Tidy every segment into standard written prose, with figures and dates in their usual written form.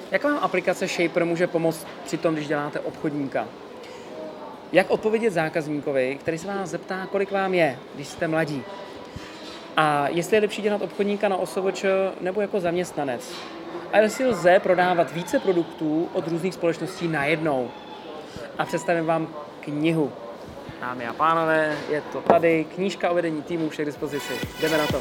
Jak vám aplikace Shaper může pomoct při tom, když děláte obchodníka? Jak odpovědět zákazníkovi, který se vás zeptá, kolik vám je, když jste mladí? A jestli je lepší dělat obchodníka na OSVČ nebo jako zaměstnanec? A jestli lze prodávat více produktů od různých společností najednou? A představím vám knihu. Dámy a pánové, je to tady, knížka o vedení týmu už je k dispozici. Jdeme na to.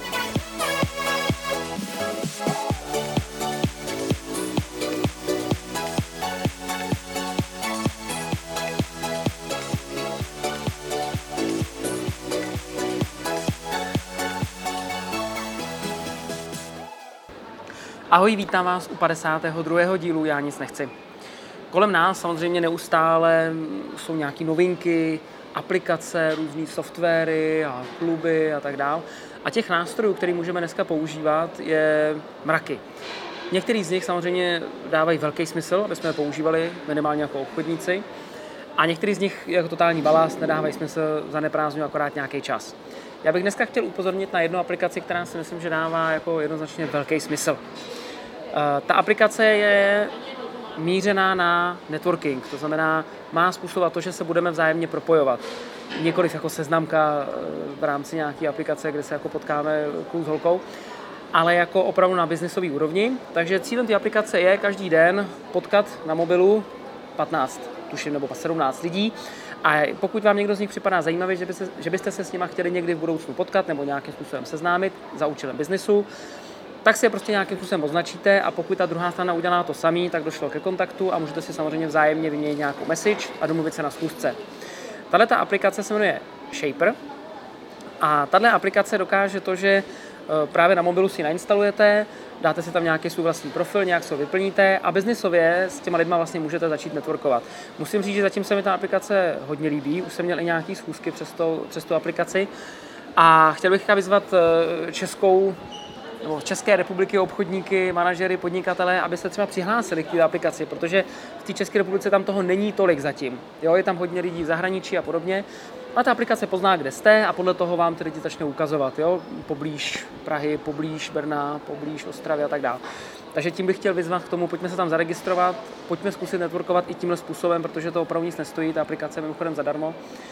Ahoj, vítám vás u 52. dílu Já nic nechci. Kolem nás samozřejmě neustále jsou nějaké novinky, aplikace, různý softwary a kluby a tak dál. A těch nástrojů, které můžeme dneska používat, je mraky. Některý z nich samozřejmě dávají velký smysl, aby jsme je používali minimálně jako obchodníci. A některý z nich jako totální balast nedávají smysl, zaneprázdňují akorát nějaký čas. Já bych dneska chtěl upozornit na jednu aplikaci, která si myslím, že dává jako jednoznačně velký smysl. Ta aplikace je mířená na networking, to znamená, má způsobovat to, že se budeme vzájemně propojovat. Nikoliv jako seznamka v rámci nějaké aplikace, kde se jako potkáme kluk s holkou, ale jako opravdu na biznisové úrovni. Takže cílem té aplikace je každý den potkat na mobilu 15, tuším, nebo 17 lidí. A pokud vám někdo z nich připadá zajímavý, že byste se s nima chtěli někdy v budoucnu potkat nebo nějakým způsobem seznámit za účelem biznisu, tak si je prostě nějakým způsobem označíte a pokud ta druhá strana udělá to samý, tak došlo ke kontaktu a můžete si samozřejmě vzájemně vyměnit nějakou message a domluvit se na schůzce. Tahle ta aplikace se jmenuje Shaper a tahle aplikace dokáže to, že právě na mobilu si nainstalujete, dáte si tam nějaký svůj vlastní profil, nějak se ho vyplníte a biznisově s těma lidma vlastně můžete začít networkovat. Musím říct, že zatím se mi ta aplikace hodně líbí, už jsem měl i nějaký schůzky přes tu aplikaci a chtěl bych vyzvat České republiky, obchodníky, manažery, podnikatele, aby se třeba přihlásili k té aplikaci, protože v té České republice tam toho není tolik zatím. Jo, je tam hodně lidí v zahraničí a podobně. A ta aplikace pozná, kde jste a podle toho vám ty lidi začne ukazovat. Jo? Poblíž Prahy, poblíž Brna, poblíž Ostravy a tak dále. Takže tím bych chtěl vyzvat k tomu, pojďme se tam zaregistrovat, pojďme zkusit networkovat i tímhle způsobem, protože to opravdu nic nestojí, ta aplikace je mimochodem zadarmo.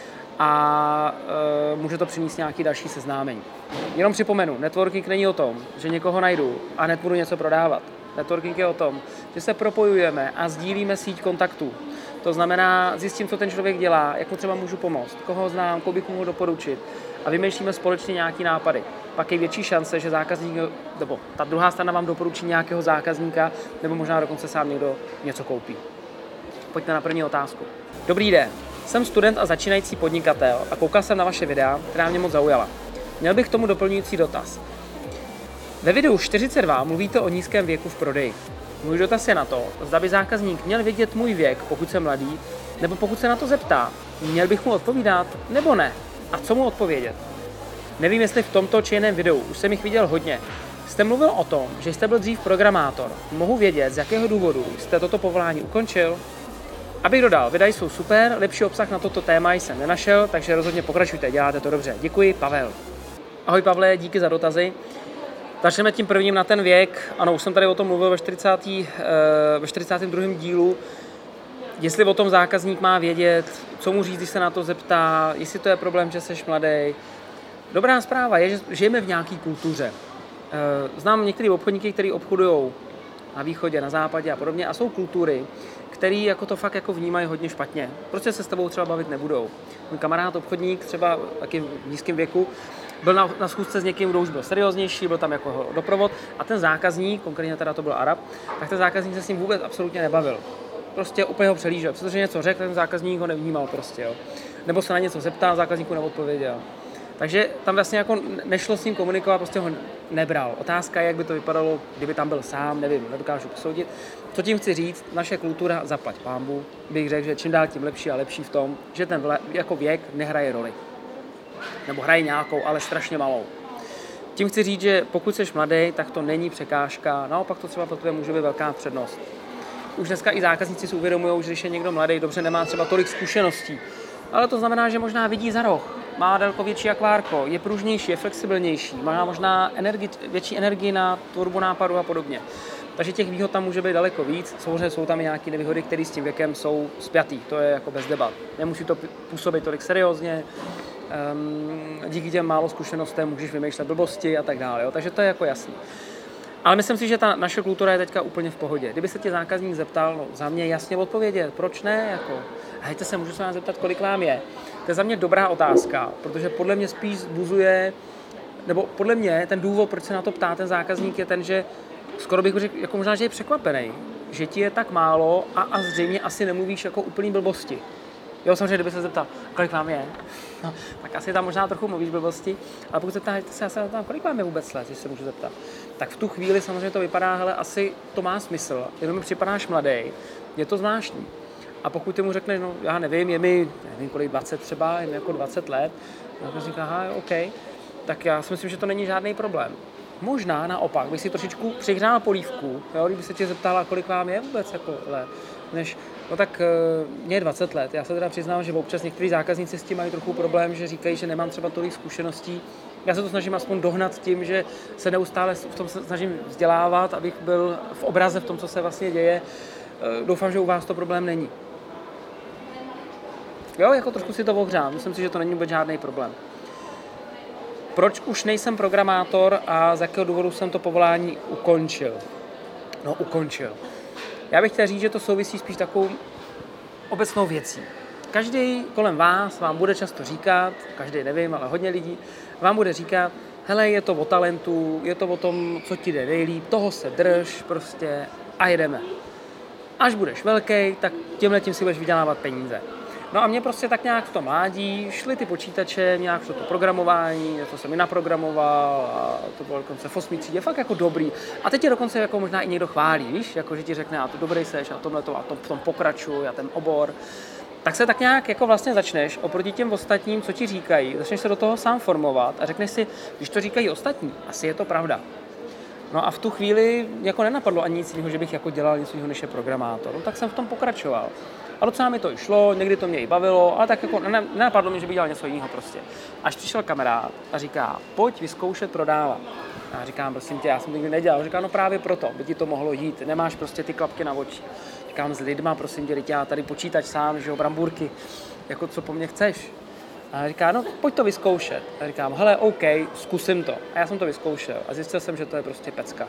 A může to přinést nějaký další seznámení. Jenom připomenu, networking není o tom, že někoho najdu a hned budu něco prodávat. Networking je o tom, že se propojujeme a sdílíme síť kontaktů. To znamená, zjistím, co ten člověk dělá, jak mu třeba můžu pomoct, koho znám, koho bych mohl doporučit a vymýšlíme společně nějaký nápady. Pak je větší šance, že zákazník, nebo ta druhá strana vám doporučí nějakého zákazníka, nebo možná dokonce sám někdo něco koupí. Pojďme na první otázku. Dobrý den. Jsem student a začínající podnikatel a koukal jsem na vaše videa, která mě moc zaujala. Měl bych k tomu doplňující dotaz. Ve videu 42 mluvíte o nízkém věku v prodeji. Můj dotaz je na to, zda by zákazník měl vědět můj věk, pokud jsem mladý, nebo pokud se na to zeptá, měl bych mu odpovídat, nebo ne? A co mu odpovědět? Nevím, jestli v tomto či jiném videu, už jsem jich viděl hodně. Jste mluvil o tom, že jste byl dřív programátor. Mohu vědět, z jakého důvodu jste toto povolání ukončil? Abych dodal, videa jsou super, lepší obsah na toto téma jsem nenašel, takže rozhodně pokračujte, děláte to dobře. Děkuji, Pavel. Ahoj Pavle, díky za dotazy. Začneme tím prvním na ten věk. Ano, už jsem tady o tom mluvil ve 42. dílu. Jestli o tom zákazník má vědět, co mu říct, když se na to zeptá, jestli to je problém, že jsi mladý. Dobrá zpráva je, že žijeme v nějaké kultuře. Znám některé obchodníky, kteří obchodují na východě, na západě a podobně a jsou kultury, který jako to fakt jako vnímají hodně špatně. Prostě se s tebou třeba bavit nebudou. Můj kamarád obchodník, třeba taky v nízkém věku, byl na schůzce s někým, kdo už byl serióznější, byl tam jako doprovod a ten zákazník, konkrétně teda to byl Arab, tak ten zákazník se s ním vůbec absolutně nebavil. Prostě úplně ho přelížel. Protože něco řekl, ten zákazník ho nevnímal prostě, jo. Nebo se na něco zeptal, zákazníku neodpověděl. Takže tam vlastně jako nešlo s ním komunikovat, prostě ho nebral. Otázka je, jak by to vypadalo, kdyby tam byl sám, nevím, nedokážu posoudit. Co tím chci říct, naše kultura, zaplať pánbu, bych řekl, že čím dál tím lepší a lepší v tom, že ten jako věk nehraje roli. Nebo hraje nějakou, ale strašně malou. Tím chci říct, že pokud jsi mladý, tak to není překážka, naopak to třeba pro tebe může být velká přednost. Už dneska i zákazníci si uvědomují, že když je někdo mladý, dobře nemá třeba tolik zkušeností, ale to znamená, že možná vidí za roh, má daleko větší akvárko, je pružnější, je flexibilnější, má možná větší energii na tvorbu nápadu a podobně. Takže těch výhod tam může být daleko víc. Samozřejmě jsou tam i nějaké nevýhody, které s tím věkem jsou spjatý. To je jako bez debat. Nemusí to působit tolik seriózně. Díky těm málo zkušenostem můžeš vymýšlet blbosti a tak dále. Jo? Takže to je jako jasný. Ale myslím si, že ta naše kultura je teďka úplně v pohodě. Kdyby se tě zákazník zeptal, no za mě jasně odpovědět, proč ne? Jako, hejte se, můžu se vás zeptat, kolik vám je? To je za mě dobrá otázka, protože podle mě spíš vzbuzuje, nebo podle mě ten důvod, proč se na to ptá ten zákazník, je ten, že skoro bych řekl, jako možná, že je překvapený, že ti je tak málo a zřejmě asi nemluvíš jako úplný blbosti. Jo, samozřejmě, kdyby se zeptal, kolik vám je, no, tak asi tam možná trochu mluvíš blbosti, ale pokud se ptáte se, já se zeptám, kolik vám je vůbec let, když se můžu zeptat, tak v tu chvíli samozřejmě to vypadá, hele, asi to má smysl, jenom mi připadáš mladý, je to zvláštní. A pokud ty mu řekneš, no já nevím, je mi, nevím kolik, 20 třeba, je mi jako 20 let, tak říká, aha, OK, tak já si myslím, že to není žádný problém. Možná naopak, bych si trošičku přihřál polívku, jo, kdyby se tě zeptala, kolik vám je vůbec jako let, než, no tak mě je 20 let. Já se teda přiznám, že občas někteří zákazníci s tím mají trochu problém, že říkají, že nemám třeba tolik zkušeností. Já se to snažím aspoň dohnat tím, že se neustále v tom snažím vzdělávat, abych byl v obraze v tom, co se vlastně děje. Doufám, že u vás to problém není. Jo, jako trošku si to ohřám. Myslím si, že to není vůbec žádný problém. Proč už nejsem programátor a z jakého důvodu jsem to povolání ukončil? No, ukončil. Já bych chtěl říct, že to souvisí spíš takovou obecnou věcí. Každý kolem vás vám bude často říkat, každý nevím, ale hodně lidí, vám bude říkat, hele, je to o talentu, je to o tom, co ti jde nejlíp, toho se drž prostě a jedeme. Až budeš velký, tak tímhletím si budeš vydělávat peníze. No a mě prostě tak nějak v tom mládí šly ty počítače, nějak šlo to programování, něco jsem i naprogramoval a to bylo dokonce v 8. třídě, fakt jako dobrý. A teď tě dokonce jako možná i někdo chválí, víš, jako že ti řekne, a to dobrý seš a tomhleto a to v tom pokračuj a ten obor. Tak se tak nějak jako vlastně začneš oproti těm ostatním, co ti říkají, začneš se do toho sám formovat a řekneš si, když to říkají ostatní, asi je to pravda. No a v tu chvíli jako nenapadlo ani nic jiného, že bych jako dělal něco jiného než je programátor. No, tak jsem v tom pokračoval. A docela mi to i šlo, někdy to mě i bavilo, ale tak jako nenapadlo mi, že bych dělal něco jiného prostě. Až přišel kamarád a říká, pojď vyzkoušet prodávat. A já říkám, prosím tě, já jsem to nikdy nedělal. Říká, no právě proto, by ti to mohlo jít, nemáš prostě ty klapky na oči. Říkám, s lidma, prosím tě, já tady počítač sám, že jo, brambůrky, jako co po mně chceš. A říká, no pojď to vyzkoušet. A říkám, hele, OK, zkusím to. A já jsem to vyzkoušel a zjistil jsem, že to je prostě pecka.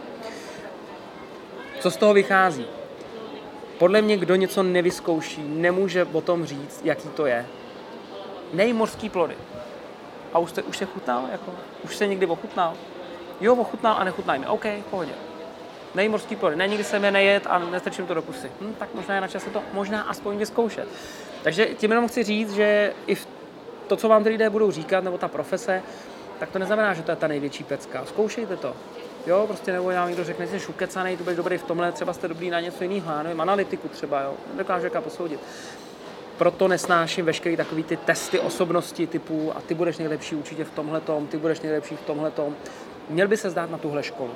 Co z toho vychází? Podle mě, kdo něco nevyzkouší, nemůže o tom říct, jaký to je. Nej mořský plody. A už se chutnal? Jako, už se někdy ochutnal? Jo, ochutnal a nechutnal mi. OK, v pohodě. Nej mořský plody. Ne, nikdy jsem je nejet a nestrčím to do pusy. Tak možná je na čase to možná aspoň vyzkoušet. Takže tím jenom chci říct, že i to, co vám ty lidé budou říkat, nebo ta profese, tak to neznamená, že to je ta největší pecka. Zkoušejte to. Jo, prostě nebo já někdo řekne, že jsi ukecanej, tu budeš dobrý v tomhle, třeba jste dobrý na něco jiného, já nevím, analytiku třeba, jo, nedokážu jaká posoudit. Proto nesnáším veškerý takový ty testy osobnosti typu a ty budeš nejlepší určitě v tomhletom, ty budeš nejlepší v tomhletom. Měl by se zdát na tuhle školu.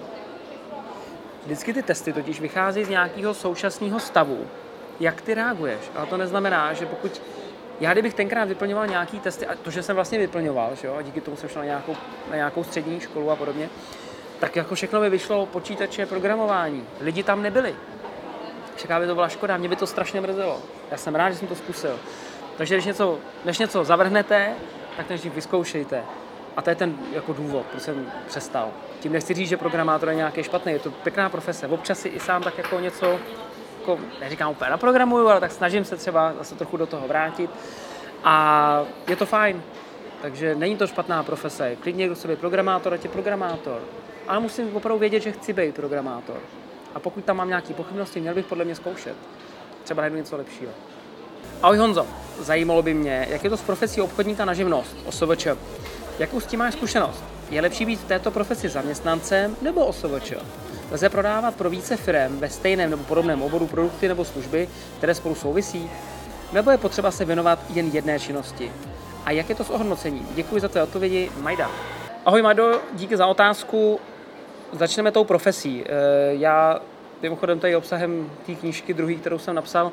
Vždycky ty testy totiž vychází z nějakého současného stavu, jak ty reaguješ. Ale to neznamená, že pokud já kdybych tenkrát vyplňoval nějaký testy, a to, že jsem vlastně vyplňoval, že jo, a díky tomu jsem šel na nějakou střední školu a podobně, tak jako všechno by vyšlo počítače, programování. Lidi tam nebyli. Všaká by to byla škoda, mě by to strašně mrzelo. Já jsem rád, že jsem to zkusil. Takže než něco zavrhnete, tak než vyzkoušejte. A to je ten jako důvod, proč jsem přestal. Tím nechci říct, že programátor je nějaký špatný, je to pěkná profese. Občas si i sám tak jako něco, jako, neříkám úplně naprogramuju, ale tak snažím se třeba zase trochu do toho vrátit. A je to fajn. Takže není to špatná profese. Klidně, kdo chce být programátor, ať je programátor. Ale musím opravdu vědět, že chci být programátor. A pokud tam mám nějaké pochybnosti, měl bych podle mě zkoušet. Třeba najdu něco lepšího. Ahoj Honzo, zajímalo by mě, jak je to s profesí obchodníka na živnost, OSVČ. Jakou s tím máš zkušenost? Je lepší být v této profesi zaměstnancem nebo OSVČ? Lze prodávat pro více firem ve stejném nebo podobném oboru produkty nebo služby, které spolu souvisí? Nebo je potřeba se věnovat jen jedné činnosti? A jak je to s ohodnocením? Děkuji za tvé odpovědi, Majda. Ahoj Majdo, díky za otázku. Začneme tou profesí. Já mimochodem tady obsahem té knížky druhý, kterou jsem napsal,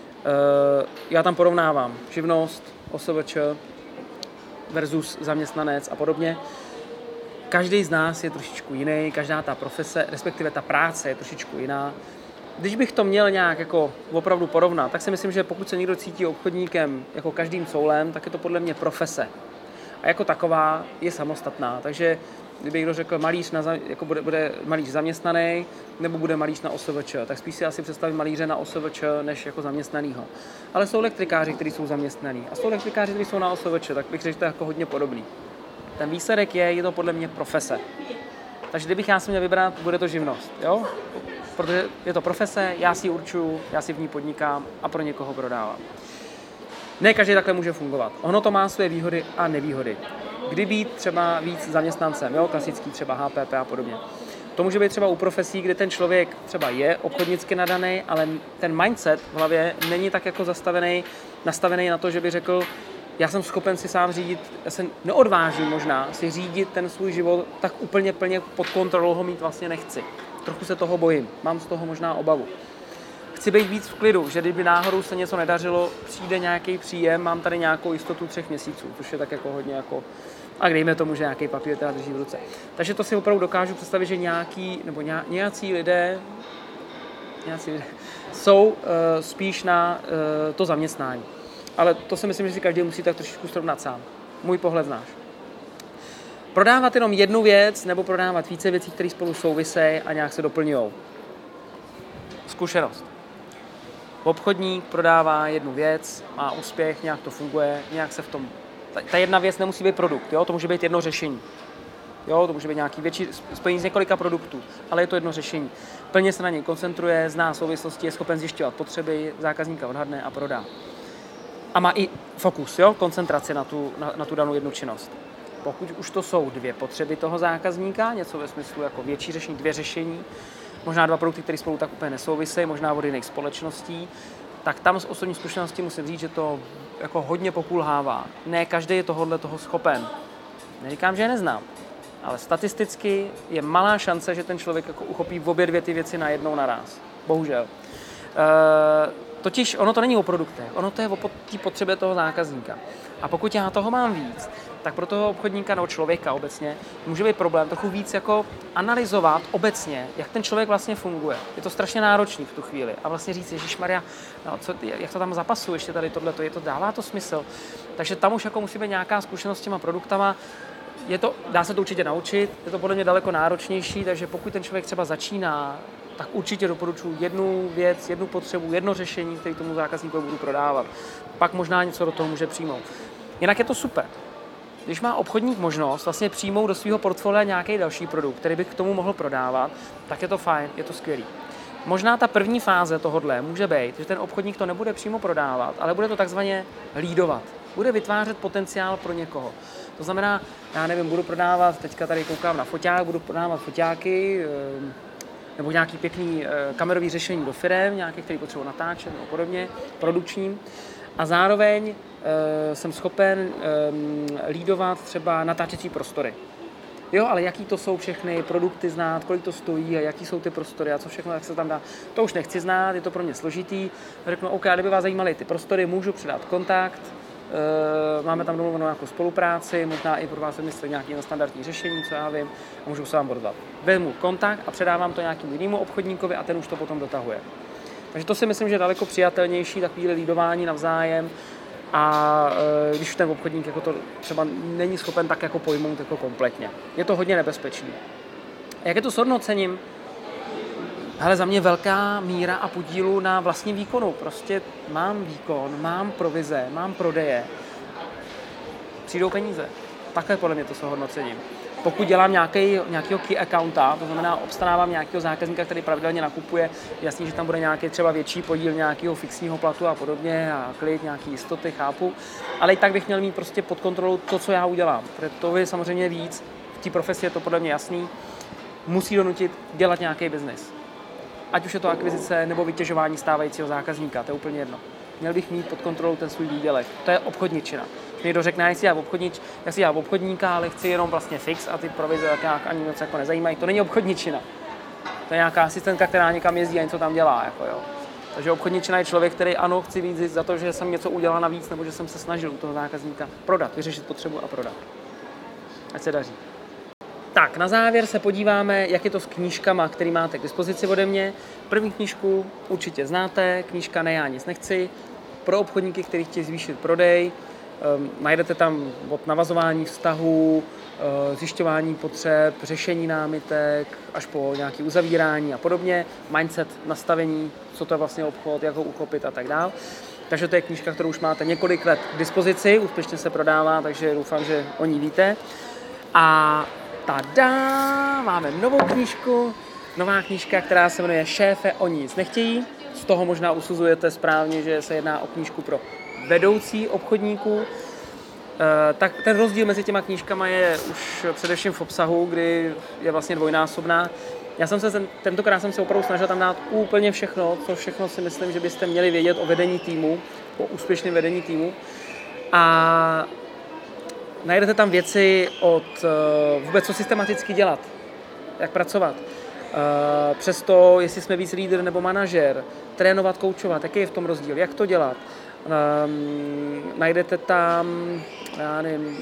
já tam porovnávám živnost, OSVČ versus zaměstnanec a podobně. každý z nás je trošičku jiný, každá ta profese, respektive ta práce je trošičku jiná. Když bych to měl nějak jako opravdu porovnat, tak si myslím, že pokud se někdo cítí obchodníkem jako každým soulem, tak je to podle mě profese. A jako taková je samostatná. Takže kdyby někdo řekl malíř, jako bude malíř zaměstnaný, nebo bude malíř na OSVČ, tak spíš si asi představím malíře na OSVČ, než jako zaměstnanýho. Ale jsou elektrikáři, kteří jsou zaměstnaní. A jsou elektrikáři, kteří jsou na OSVČ, tak bych řekl, že to je jako hodně podobný. Ten výsledek je to podle mě profese. Takže kdybych já si měl vybrat, bude to živnost, jo? Protože je to profese, já si ji určuju, já si v ní podnikám a pro někoho prodávám. Ne každý takhle může fungovat. Ono to má své výhody a nevýhody. Kdy být třeba víc zaměstnancem, jo? Klasický třeba HPP a podobně. To může být třeba u profesí, kde ten člověk třeba je obchodnicky nadaný, ale ten mindset v hlavě není tak jako nastavený na to, že by řekl, já jsem schopen si sám řídit, já se neodvážím možná si řídit ten svůj život tak úplně plně pod kontrolou ho mít vlastně nechci. Trochu se toho bojím, mám z toho možná obavu. Chci být víc v klidu, že kdyby náhodou se něco nedařilo, přijde nějaký příjem, mám tady nějakou jistotu 3 měsíců, což je tak jako hodně jako, a dejme tomu, že nějaký papír teda drží v ruce. Takže to si opravdu dokážu představit, že nějací lidé jsou spíš na to zaměstnání. Ale to si myslím, že si každý musí tak trošičku srovnat sám. Můj pohled znáš. Prodávat jenom jednu věc nebo prodávat více věcí, které spolu souvisejí a nějak se doplňují. Zkušenost. Obchodník prodává jednu věc, má úspěch, nějak to funguje, nějak se v tom... Ta jedna věc nemusí být produkt, jo? To může být jedno řešení. Jo? To může být nějaký větší spojení z několika produktů, ale je to jedno řešení. Plně se na něj koncentruje, zná souvislosti, je schopen zjišťovat potřeby, zákazníka odhadne a prodá. A má i fokus, jo? Koncentraci na tu danou jednu činnost. Pokud už to jsou 2 potřeby toho zákazníka, něco ve smyslu jako větší řešení, 2 řešení, možná 2 produkty, které spolu tak úplně nesouvisejí, možná od jiných společností, tak tam z osobní zkušenosti musím říct, že to jako hodně pokulhává. Ne každý je toho schopen. Neříkám, že je neznám, ale statisticky je malá šance, že ten člověk jako uchopí obě 2 ty věci najednou naráz. Bohužel. Totiž ono to není o produktech, ono to je o té potřebě toho zákazníka. A pokud já toho mám víc, tak pro toho obchodníka nebo člověka obecně může být problém trochu víc jako analyzovat obecně, jak ten člověk vlastně funguje. Je to strašně náročný v tu chvíli. A vlastně říct, ježišmarja, no, jak to tam zapasuje, ještě tady tohleto, dává to smysl. Takže tam už jako musí být nějaká zkušenost s těma produktama. Dá se to určitě naučit, je to podle mě daleko náročnější, takže pokud ten člověk třeba začíná, tak určitě doporučuji jednu věc, jednu potřebu, jedno řešení, které tomu zákazníkovi budu prodávat. Pak možná něco do toho může přijmout. Jinak je to super. Když má obchodník možnost vlastně přijmout do svého portfolia nějaký další produkt, který by k tomu mohl prodávat, tak je to fajn, je to skvělý. Možná ta první fáze tohodle může být, že ten obchodník to nebude přímo prodávat, ale bude to takzvaně lídovat. Bude vytvářet potenciál pro někoho. To znamená, já nevím, budu prodávat, teďka tady koukám na foťák, budu prodávat foťáky, nebo nějaký pěkný kamerový řešení do firem, nějaké, které potřebuji natáčet nebo podobně, produkční. A zároveň jsem schopen lídovat třeba natáčecí prostory. Jo, ale jaký to jsou všechny produkty znát, kolik to stojí a jaký jsou ty prostory a co všechno, jak se tam dá. To už nechci znát, je to pro mě složitý. Řeknu, OK, kdyby vás zajímaly ty prostory, můžu předat kontakt, máme tam domluvenou nějakou spolupráci, možná i pro vás vymyslet nějaké standardní řešení, co já vím, a můžu se vám odvat. Vezmu kontakt a předávám to nějakému jinému obchodníkovi a ten už to potom dotahuje. Takže to si myslím, že je daleko přijatelnější, takovýhle lídování navzájem. A když ten obchodník jako to třeba není schopen tak jako pojmout jako kompletně. Je to hodně nebezpečný. Jak je to s hodnocením? Hele, za mě velká míra a podílu na vlastním výkonu. Prostě mám výkon, mám provize, mám prodeje. Přijdou peníze. Takhle podle mě to s hodnocením. Pokud dělám nějakého key accounta, to znamená obstarávám nějakého zákazníka, který pravidelně nakupuje, jasně, že tam bude nějaký třeba větší podíl nějakého fixního platu a podobně a klid, nějaký jistoty, chápu, ale i tak bych měl mít prostě pod kontrolou to, co já udělám, protože to je samozřejmě víc, v té profesi je to podle mě jasný, musí donutit dělat nějaký biznis. Ať už je to akvizice nebo vytěžování stávajícího zákazníka, to je úplně jedno. Měl bych mít pod kontrolou ten svůj výdělek, to je obchodničina. Někdo řekne, já si dělám obchodníka, ale chci jenom vlastně fix a ty provize tak nějak ani moc jako nezajímají. To není obchodničina. To je nějaká asistentka, která někam jezdí a něco tam dělá. Jako jo. Takže obchodničina je člověk, který ano, chci víc za to, že jsem něco udělal navíc, nebo že jsem se snažil u toho zákazníka prodat, vyřešit potřebu a prodat. Ať se daří. Tak, na závěr se podíváme, jak je to s knížkama, který máte k dispozici ode mě. První knížku určitě znáte, knížka Ne, já nic nechci, pro obchodníky, kteří chtějí zvýšit prodej. Najdete tam od navazování vztahů, zjišťování potřeb, řešení námitek, až po nějaké uzavírání a podobně, mindset, nastavení, co to je vlastně obchod, jak ho uchopit a tak dále. Takže to je knížka, kterou už máte několik let k dispozici, úspěšně se prodává, takže doufám, že o ní víte. A tada, máme novou knížku, nová knížka, která se jmenuje Šéfe, oni nic nechtějí. Z toho možná usuzujete správně, že se jedná o knížku pro vedoucí obchodníků. Tak ten rozdíl mezi těma knížkama je už především v obsahu, kdy je vlastně dvojnásobná. Tentokrát jsem se opravdu snažil tam dát úplně všechno, co všechno si myslím, že byste měli vědět o vedení týmu, o úspěšném vedení týmu. A najdete tam věci od vůbec co systematicky dělat, jak pracovat. Přes to, jestli jsme víc lídr nebo manažer, trénovat, koučovat, jaký je v tom rozdíl, jak to dělat. Najdete tam, já nevím,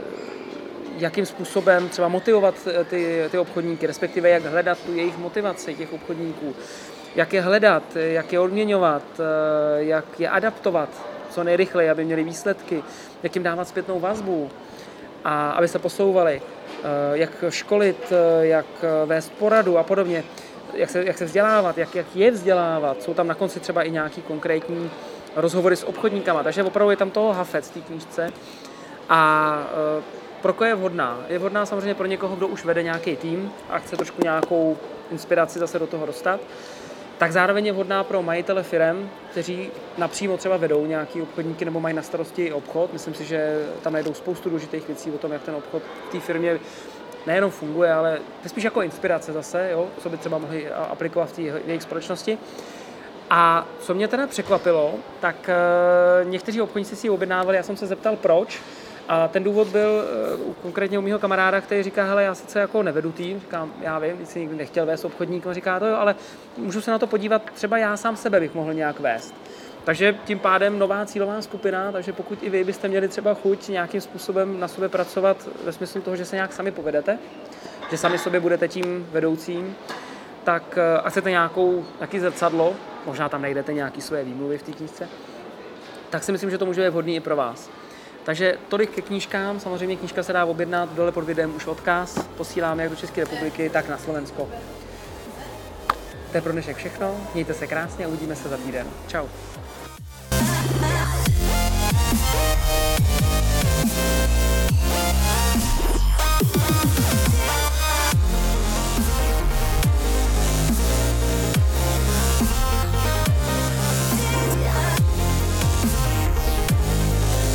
jakým způsobem třeba motivovat ty obchodníky, respektive jak hledat tu jejich motivaci těch obchodníků, jak je hledat, jak je odměňovat, jak je adaptovat co nejrychleji, aby měli výsledky, jak jim dávat zpětnou vazbu a aby se posouvali, jak školit, jak vést poradu a podobně, jak se vzdělávat, jak je vzdělávat. Jsou tam na konci třeba i nějaký konkrétní rozhovory s obchodníkama, takže opravdu je tam toho hafec v té knížce. A pro koho je vhodná? Je vhodná samozřejmě pro někoho, kdo už vede nějaký tým a chce trošku nějakou inspiraci zase do toho dostat. Tak zároveň je vhodná pro majitele firem, kteří napřímo třeba vedou nějaký obchodníky nebo mají na starosti obchod. Myslím si, že tam najdou spoustu důležitých věcí o tom, jak ten obchod v té firmě nejenom funguje, ale spíš jako inspirace zase, jo, co by třeba mohli aplikovat v jejich společnosti. A co mě teda překvapilo, tak někteří obchodníci si ji objednávali, já jsem se zeptal proč. A ten důvod byl konkrétně u mého kamaráda, který říká, hele, já sice jako nevedu tým, říkám, já vím, když si nikdy nechtěl vést obchodník, on říká to jo, ale můžu se na to podívat, třeba já sám sebe bych mohl nějak vést. Takže tím pádem nová cílová skupina, takže pokud i vy byste měli třeba chuť nějakým způsobem na sobě pracovat ve smyslu toho, že se nějak sami povedete, že sami sobě budete tím vedoucím, tak a chcete nějaký zrcadlo, možná tam najdete nějaké své výmluvy v té knížce, tak si myslím, že to může být vhodný i pro vás. Takže tolik ke knížkám, samozřejmě knížka se dá objednat, dole pod videem už odkaz, posíláme jak do České republiky, tak na Slovensko. To je pro dnešek všechno, mějte se krásně a uvidíme se za týden. Čau.